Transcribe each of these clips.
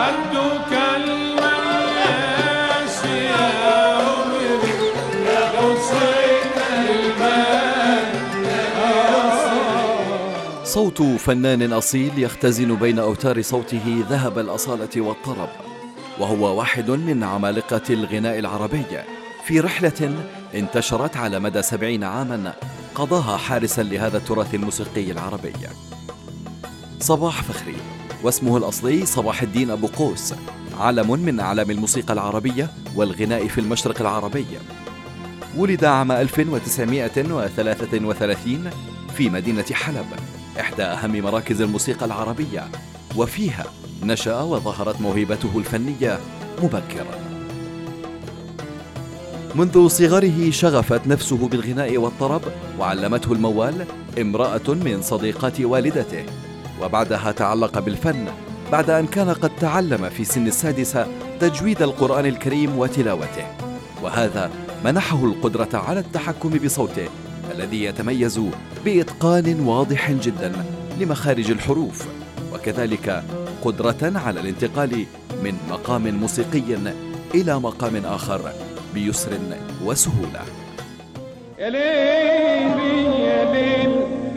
خدك المياس يا عمري يا حسين المال. صوت فنان أصيل يختزن بين أوتار صوته ذهب الأصالة والطرب، وهو واحد من عمالقة الغناء العربي في رحلة انتشرت على مدى 70 عاما قضاها حارسا لهذا التراث الموسيقي العربي. صباح فخري، واسمه الأصلي صباح الدين أبو قوس، علم من أعلام الموسيقى العربية والغناء في المشرق العربي. ولد عام 1933 في مدينة حلب، إحدى أهم مراكز الموسيقى العربية، وفيها نشأ وظهرت موهبته الفنية مبكرا. منذ صغره شغفت نفسه بالغناء والطرب، وعلمته الموال امرأة من صديقات والدته، وبعدها تعلق بالفن بعد أن كان قد تعلم في سن السادسة تجويد القرآن الكريم وتلاوته، وهذا منحه القدرة على التحكم بصوته الذي يتميز بإتقان واضح جدا لمخارج الحروف، وكذلك قدرة على الانتقال من مقام موسيقي إلى مقام آخر بيسر وسهولة. يا ليل يا ليل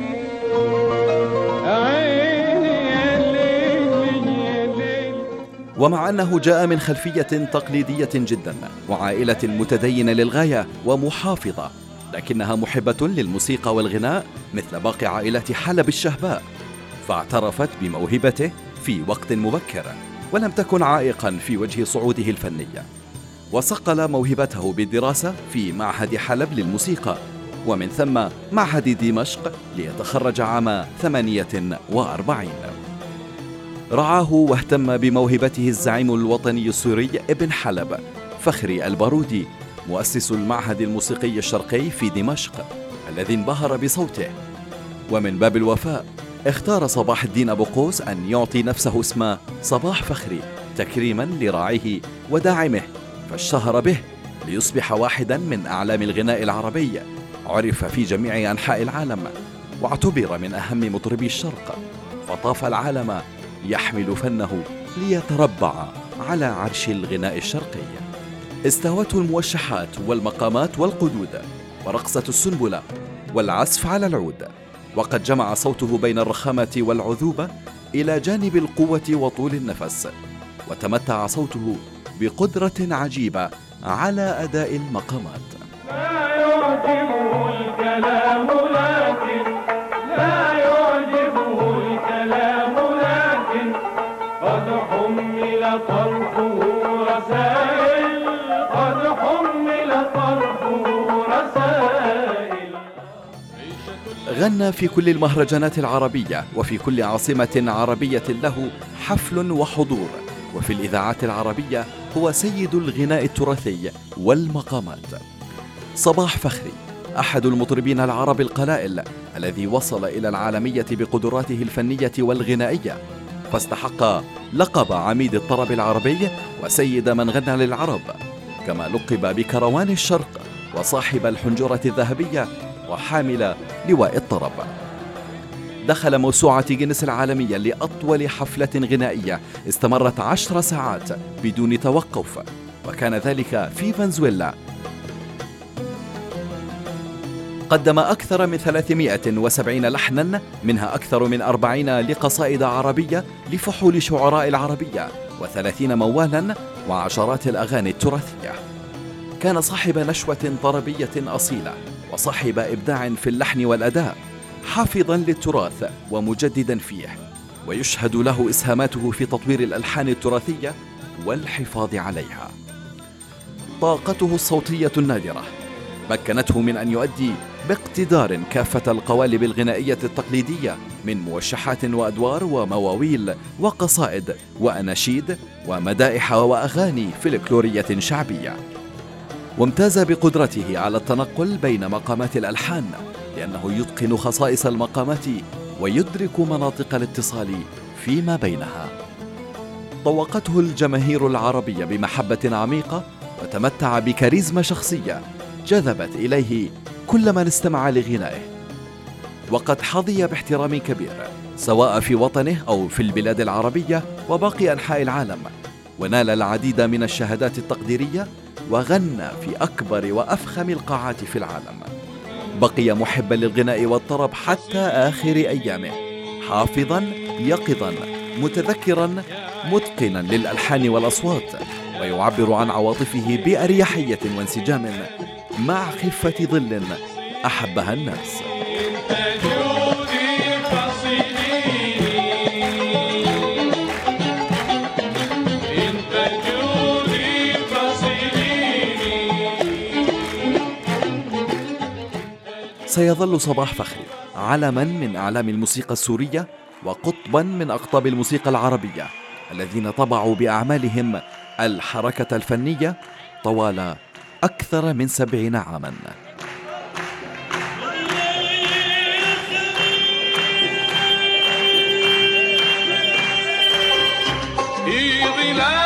عيني يا ليل يا ليل. ومع أنه جاء من خلفية تقليدية جدا وعائلة متدينة للغاية ومحافظة، لكنها محبة للموسيقى والغناء مثل باقي عائلات حلب الشهباء، فاعترفت بموهبته في وقت مبكر، ولم تكن عائقا في وجه صعوده الفني، وصقل موهبته بالدراسة في معهد حلب للموسيقى، ومن ثم معهد دمشق ليتخرج عام 48. رعاه واهتم بموهبته الزعيم الوطني السوري ابن حلب فخري البارودي، مؤسس المعهد الموسيقي الشرقي في دمشق، الذي انبهر بصوته. ومن باب الوفاء اختار صباح الدين أبو قوس أن يعطي نفسه اسم صباح فخري تكريما لراعيه وداعمه، فاشتهر به ليصبح واحدا من أعلام الغناء العربي، عرف في جميع أنحاء العالم، واعتبر من أهم مطربي الشرق، فطاف العالم يحمل فنه ليتربع على عرش الغناء الشرقي. استهوته الموشحات والمقامات والقدود ورقصة السنبلة والعزف على العود، وقد جمع صوته بين الرخامة والعذوبة إلى جانب القوة وطول النفس، وتمتع صوته بقدرة عجيبة على أداء المقامات. لا يعجبه الكلام لكن لا يعجبه الكلام لكن قد حمل طرفه رسائل قد حمل طرفه رسائل. غنى في كل المهرجانات العربية وفي كل عاصمة عربية له حفل وحضور، وفي الإذاعات العربية هو سيد الغناء التراثي والمقامات. صباح فخري أحد المطربين العرب القلائل الذي وصل إلى العالمية بقدراته الفنية والغنائية، فاستحق لقب عميد الطرب العربي وسيد من غنى للعرب، كما لقب بكروان الشرق وصاحب الحنجرة الذهبية وحامل لواء الطرب. دخل موسوعة جينيس العالمية لأطول حفلة غنائية استمرت 10 ساعات بدون توقف، وكان ذلك في فنزويلا. قدم أكثر من 370 لحنا، منها أكثر من 40 لقصائد عربية لفحول شعراء العربية، و30 موالا وعشرات الأغاني التراثية. كان صاحب نشوة طربية أصيلة وصاحب إبداع في اللحن والأداء، حافظا للتراث ومجددا فيه، ويشهد له إسهاماته في تطوير الألحان التراثية والحفاظ عليها. طاقته الصوتية النادرة مكنته من أن يؤدي باقتدار كافة القوالب الغنائية التقليدية من موشحات وأدوار ومواويل وقصائد وأناشيد ومدائح وأغاني فلكلورية شعبية. وامتاز بقدرته على التنقل بين مقامات الألحان، لأنه يتقن خصائص المقامات ويدرك مناطق الاتصال فيما بينها. طوقته الجماهير العربية بمحبة عميقة، وتمتع بكاريزما شخصية جذبت إليه كل من استمع لغنائه، وقد حظي باحترام كبير سواء في وطنه أو في البلاد العربية وباقي أنحاء العالم، ونال العديد من الشهادات التقديرية وغنى في أكبر وأفخم القاعات في العالم. بقي محبا للغناء والطرب حتى آخر أيامه، حافظا يقظا متذكرا متقنا للألحان والأصوات، ويعبر عن عواطفه بأريحية وانسجام مع خفة ظل أحبها الناس. سيظل صباح فخري علما من أعلام الموسيقى السورية وقطبا من أقطاب الموسيقى العربية الذين طبعوا بأعمالهم الحركة الفنية طوال أكثر من 70 عاما. في ظلال